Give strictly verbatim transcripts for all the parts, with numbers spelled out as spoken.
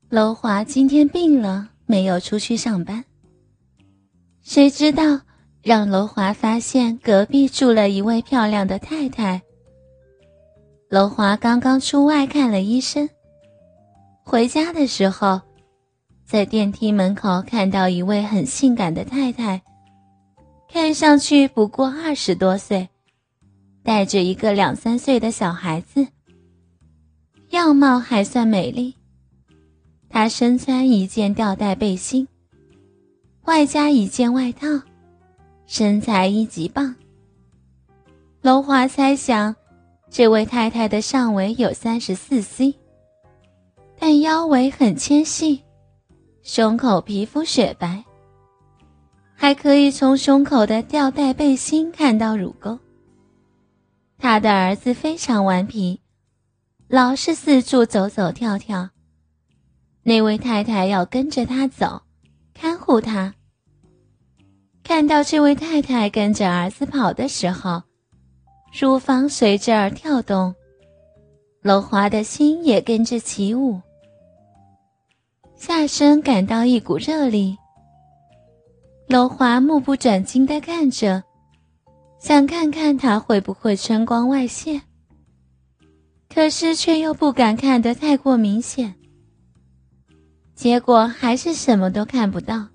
楼华今天病了，没有出去上班。谁知道让楼华发现隔壁住了一位漂亮的太太。楼华刚刚出外看了医生，回家的时候，在电梯门口看到一位很性感的太太，看上去不过二十多岁，带着一个两三岁的小孩子，样貌还算美丽。她身穿一件吊带背心，外加一件外套，身材一级棒。楼华猜想这位太太的上围有 三十四 C， 但腰围很纤细，胸口皮肤雪白，还可以从胸口的吊带背心看到乳沟。她的儿子非常顽皮，老是四处走走跳跳，那位太太要跟着他走，看护他。看到这位太太跟着儿子跑的时候，乳房随着而跳动，楼华的心也跟着起舞，下身感到一股热力。楼华目不转睛地看着，想看看他会不会春光外泄，可是却又不敢看得太过明显，结果还是什么都看不到。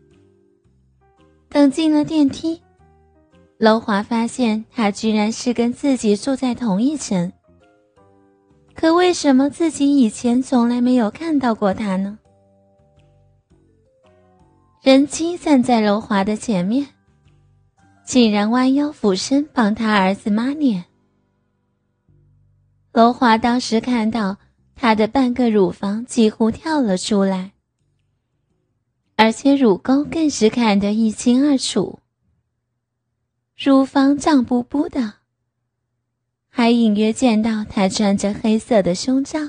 等进了电梯，楼华发现他居然是跟自己住在同一层，可为什么自己以前从来没有看到过他呢？人妻站在楼华的前面，竟然弯腰俯身帮他儿子抹脸。楼华当时看到他的半个乳房几乎跳了出来，而且乳沟更是看得一清二楚，乳房胀布布的，还隐约见到他穿着黑色的胸罩，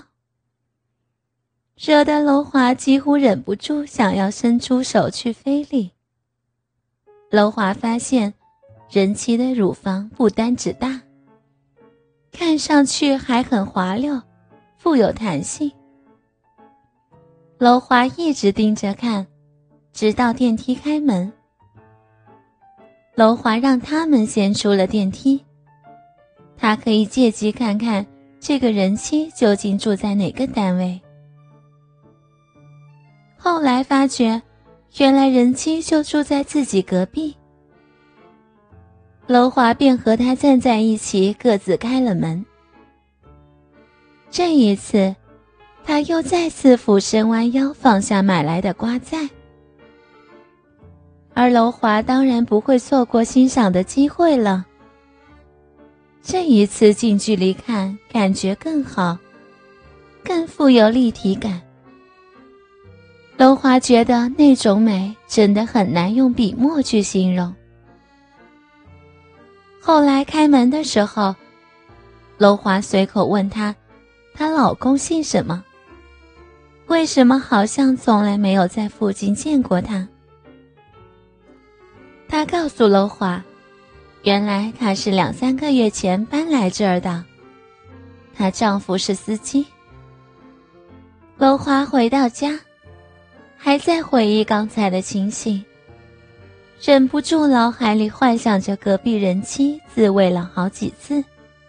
惹得楼华几乎忍不住想要伸出手去非礼。楼华发现人妻的乳房不单只大，看上去还很滑溜，富有弹性。楼华一直盯着看，直到电梯开门。楼华让他们先出了电梯，他可以借机看看这个人妻究竟住在哪个单位。后来发觉，原来人妻就住在自己隔壁。楼华便和他站在一起，各自开了门。这一次，他又再次俯身弯腰放下买来的瓜菜。而楼华当然不会错过欣赏的机会了。这一次近距离看，感觉更好，更富有立体感。楼华觉得那种美真的很难用笔墨去形容。后来开门的时候，楼华随口问她，她老公姓什么？为什么好像从来没有在附近见过他？她告诉楼华，原来她是两三个月前搬来这儿的，她丈夫是司机。楼华回到家，还在回忆刚才的情形，忍不住脑海里幻想着隔壁人妻自慰了好几次。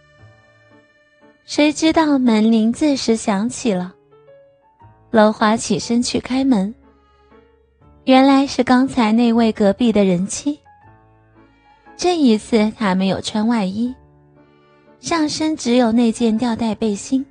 谁知道门铃自时响起了，楼华起身去开门，原来是刚才那位隔壁的人妻。这一次她没有穿外衣，上身只有那件吊带背心。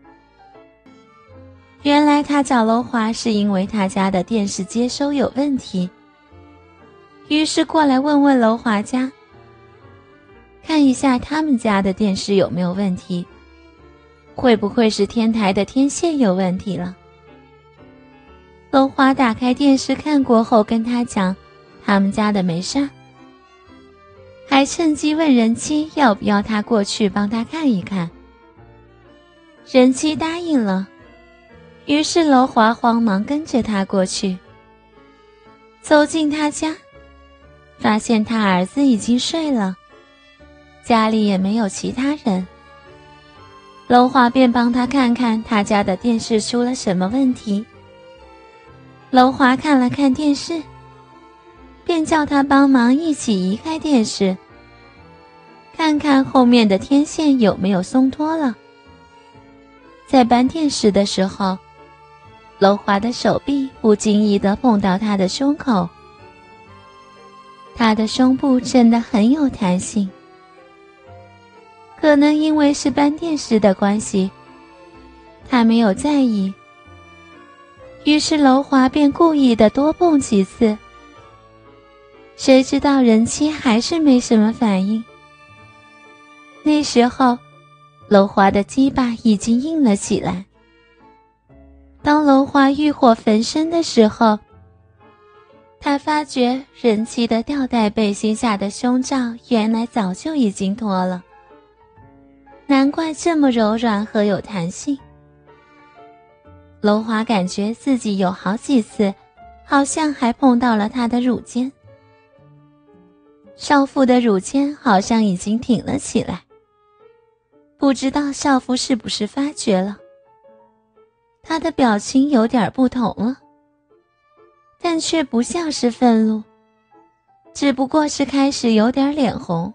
原来她找楼华是因为她家的电视接收有问题，于是过来问问楼华家，看一下他们家的电视有没有问题，会不会是天台的天线有问题了。楼华打开电视看过后跟他讲他们家的没事儿，还趁机问人妻要不要他过去帮他看一看。人妻答应了，于是楼华慌忙跟着他过去。走进他家，发现他儿子已经睡了，家里也没有其他人。楼华便帮他看看他家的电视出了什么问题， 楼华看了看电视，便叫他帮忙一起移开电视，看看后面的天线有没有松脱了。在搬电视的时候，楼华的手臂不经意地碰到他的胸口，他的胸部真的很有弹性。可能因为是搬电视的关系，他没有在意，于是楼华便故意地多碰几次，谁知道人妻还是没什么反应。那时候楼华的鸡巴已经硬了起来，当楼华欲火焚身的时候，他发觉人妻的吊带背心下的胸罩原来早就已经脱了，难怪这么柔软和有弹性。楼华感觉自己有好几次好像还碰到了他的乳尖，少妇的乳尖好像已经挺了起来，不知道少妇是不是发觉了。他的表情有点不同了，但却不像是愤怒，只不过是开始有点脸红。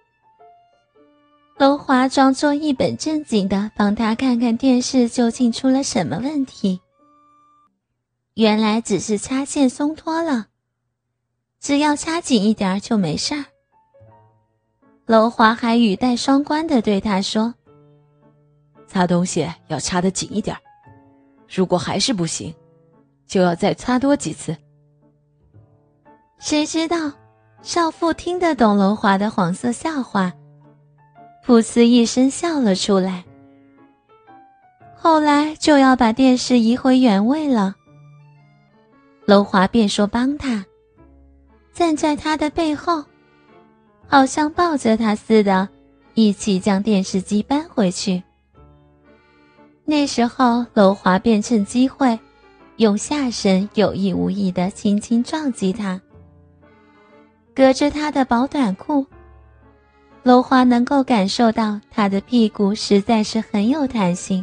楼华装作一本正经地帮他看看电视究竟出了什么问题。原来只是插线松脱了，只要插紧一点就没事儿。楼华还语带双关地对他说， 擦东西要插得紧一点，如果还是不行，就要再擦多几次。 谁知道少妇听得懂楼华的黄色笑话，噗呲一声笑了出来。后来就要把电视移回原位了，楼华便说帮他，站在他的背后，好像抱着他似的，一起将电视机搬回去。那时候楼华便趁机会用下身有意无意地轻轻撞击他，隔着他的薄短裤，楼华能够感受到他的屁股实在是很有弹性。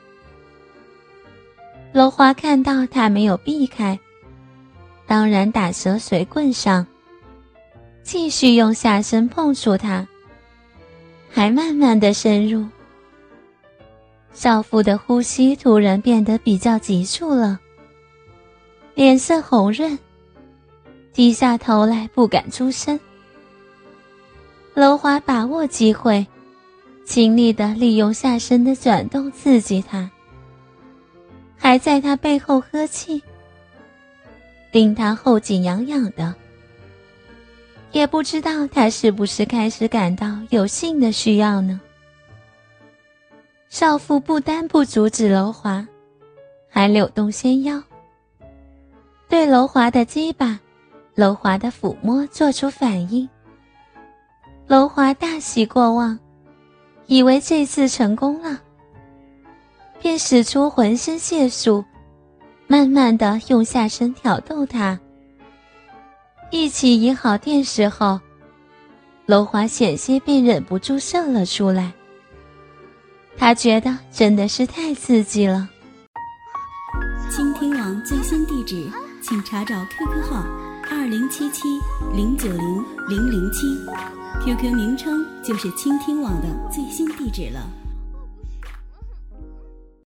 楼华看到他没有避开，当然打蛇随棍上，继续用下身碰触他，还慢慢地深入。少妇的呼吸突然变得比较急促了，脸色红润，低下头来不敢出声。楼华把握机会，尽力地利用下身的转动刺激他，还在他背后呵气，令他后颈痒痒的。也不知道他是不是开始感到有性的需要呢。少妇不单不阻止楼华，还扭动纤腰，对楼华的鸡巴、楼华的抚摸做出反应。楼华大喜过望，以为这次成功了，便使出浑身解数，慢慢地用下身挑逗他。一起移好电视后，楼华险些便忍不住射了出来。他觉得真的是太刺激了。 倾听网最新地址，请查找 Q Q 号二零七七零九零零零七 ，Q Q 名称就是倾听网的最新地址了。